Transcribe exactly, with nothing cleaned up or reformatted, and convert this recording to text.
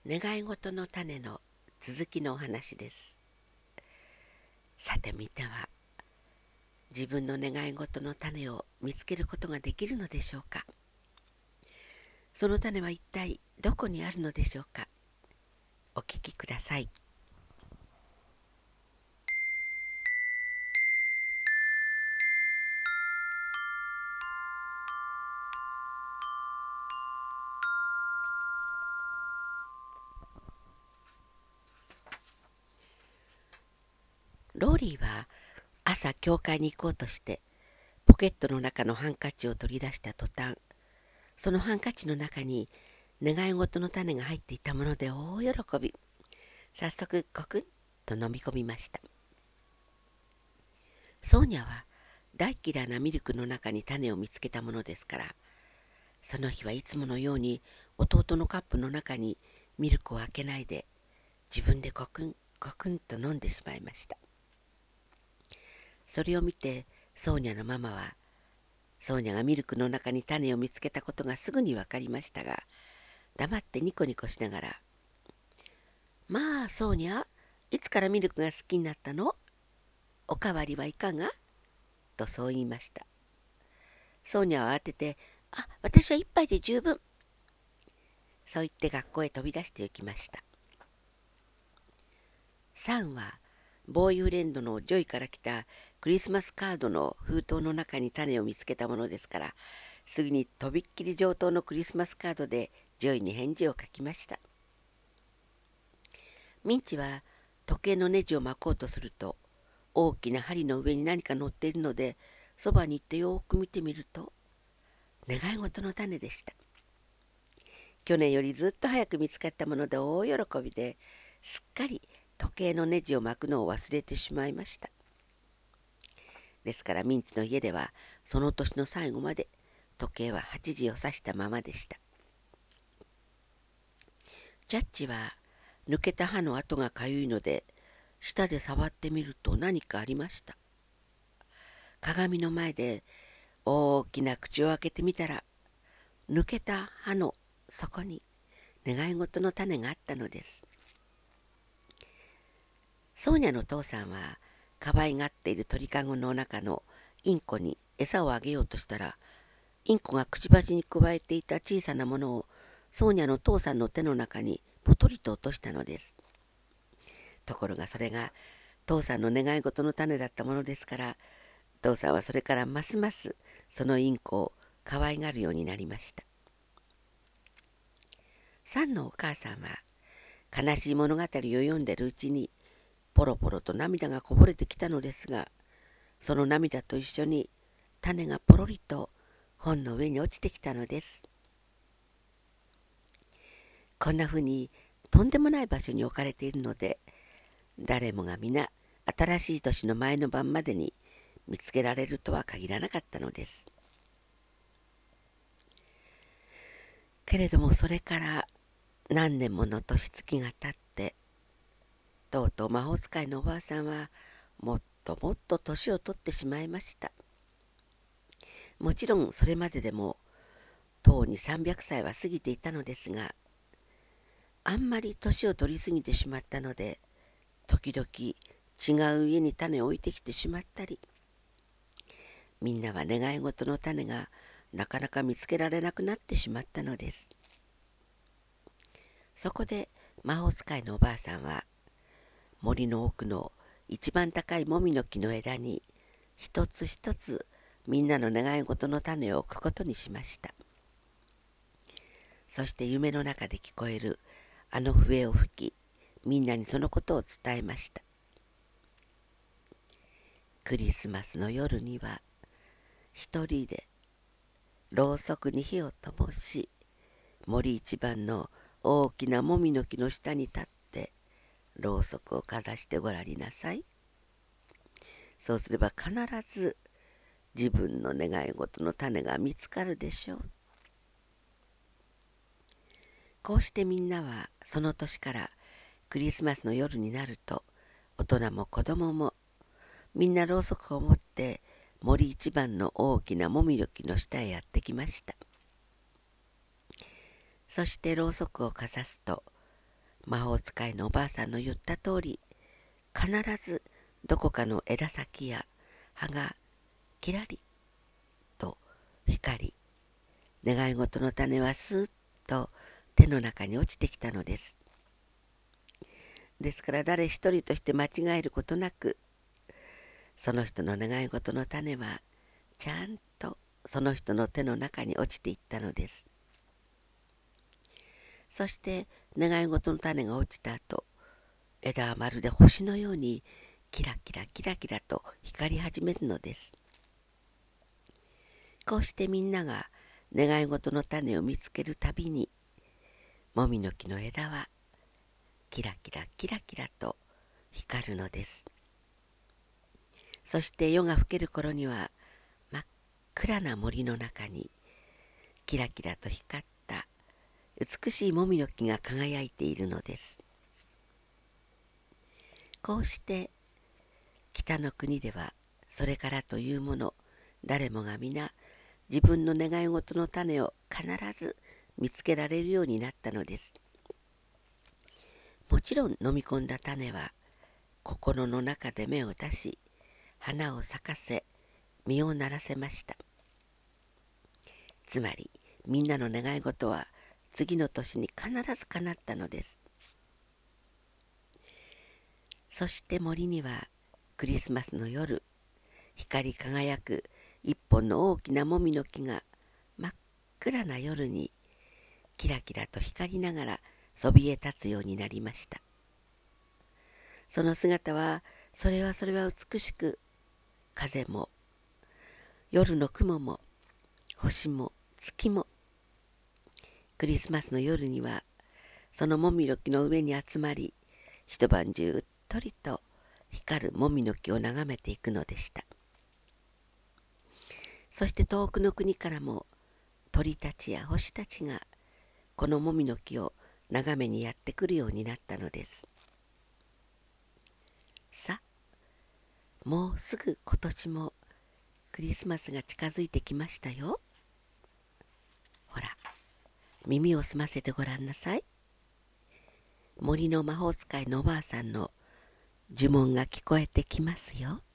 願い事の種の続きのお話です。さてみんなは自分の願い事の種を見つけることができるのでしょうか。その種は一体どこにあるのでしょうか。お聞きください。ローリーは朝教会に行こうとしてポケットの中のハンカチを取り出した途端、そのハンカチの中に願い事の種が入っていたもので大喜び。早速コクンと飲み込みました。ソーニャは大嫌いなミルクの中に種を見つけたものですから、その日はいつものように弟のカップの中にミルクを開けないで自分でコクンコクンと飲んでしまいました。それを見てソーニャのママは、ソーニャがミルクの中に種を見つけたことがすぐに分かりましたが、黙ってニコニコしながら、まあソーニャ、いつからミルクが好きになったの？おかわりはいかが？とそう言いました。ソーニャは慌てて、あ、私は一杯で十分。そう言って学校へ飛び出して行きました。サンはボーイフレンドのジョイから来たクリスマスカードの封筒の中に種を見つけたものですから、すぐにとびっきり上等のクリスマスカードでジョイに返事を書きました。ミンチは時計のネジを巻こうとすると、大きな針の上に何か乗っているので、そばに行ってよーく見てみると、願い事の種でした。去年よりずっと早く見つかったもので大喜びで、すっかり時計のネジを巻くのを忘れてしまいました。ですからミンチの家ではその年の最後まで時計ははちじを指したままでした。ジャッジは抜けた歯の跡がかゆいので、舌で触ってみると何かありました。鏡の前で大きな口を開けてみたら、抜けた歯の底に願い事の種があったのです。ソーニャの父さんは可愛がっている鳥かごの中のインコに餌をあげようとしたら、インコがくちばしにくわえていた小さなものをソーニャの父さんの手の中にポトリと落としたのです。ところがそれが父さんの願い事の種だったものですから、父さんはそれからますますそのインコを可愛がるようになりました。サンのお母さんは悲しい物語を読んでるうちにポロポロと涙がこぼれてきたのですが、その涙と一緒に種がポロリと本の上に落ちてきたのです。こんなふうにとんでもない場所に置かれているので、誰もが皆新しい年の前の晩までに見つけられるとは限らなかったのです。けれどもそれから何年もの年月が経って、とうとう魔法使いのおばあさんはもっともっと年を取ってしまいました。もちろんそれまででもとうにさんびゃくさいは過ぎていたのですが、あんまり年を取りすぎてしまったので、時々違う家に種を置いてきてしまったり、みんなは願い事の種がなかなか見つけられなくなってしまったのです。そこで魔法使いのおばあさんは森の奥の一番高いもみの木の枝に一つ一つみんなの願い事の種を置くことにしました。そして夢の中で聞こえるあの笛を吹き、みんなにそのことを伝えました。クリスマスの夜には一人でろうそくに火を灯し、森一番の大きなもみの木の下に立ってろうそくをかざしてごらんなさい。そうすれば必ず自分の願い事の種が見つかるでしょう。こうしてみんなはその年からクリスマスの夜になると、大人も子供もみんなろうそくを持って森一番の大きなもみの木の下へやってきました。そしてろうそくをかざすと、 魔法使いのおばあさんの言った通り、必ずどこかの枝先や葉がキラリと光り、願い事の種はスーッと手の中に落ちてきたのです。ですから誰一人として間違えることなく、その人の願い事の種はちゃんとその人の手の中に落ちていったのです。そして願い事の種が落ちた後、枝はまるで星のようにキラキラキラキラと光り始めるのです。こうしてみんなが願い事の種を見つけるたびに、もみの木の枝はキラキラキラキラと光るのです。そして夜が更ける頃には、真っ暗な森の中にキラキラと光った美しいもみの木が輝いているのです。こうして北の国では、それからというもの誰もが皆自分の願い事の種を必ず見つけられるようになったのです。もちろん飲み込んだ種は心の中で芽を出し、花を咲かせ、実をならせました。つまりみんなの願い事は次の年に必ず叶ったのです。そして森にはクリスマスの夜、光り輝く一本の大きなもみの木が真っ暗な夜にキラキラと光りながらそびえ立つようになりました。その姿はそれはそれは美しく、風も夜の雲も星も月も、クリスマスの夜にはそのもみの木の上に集まり、一晩中うっとりと光るもみの木を眺めていくのでした。そして遠くの国からも鳥たちや星たちがこのもみの木を眺めにやってくるようになったのです。さあ、もうすぐ今年もクリスマスが近づいてきましたよ。ほら、耳を澄ませてごらんなさい。森の魔法使いのおばあさんの呪文が聞こえてきますよ。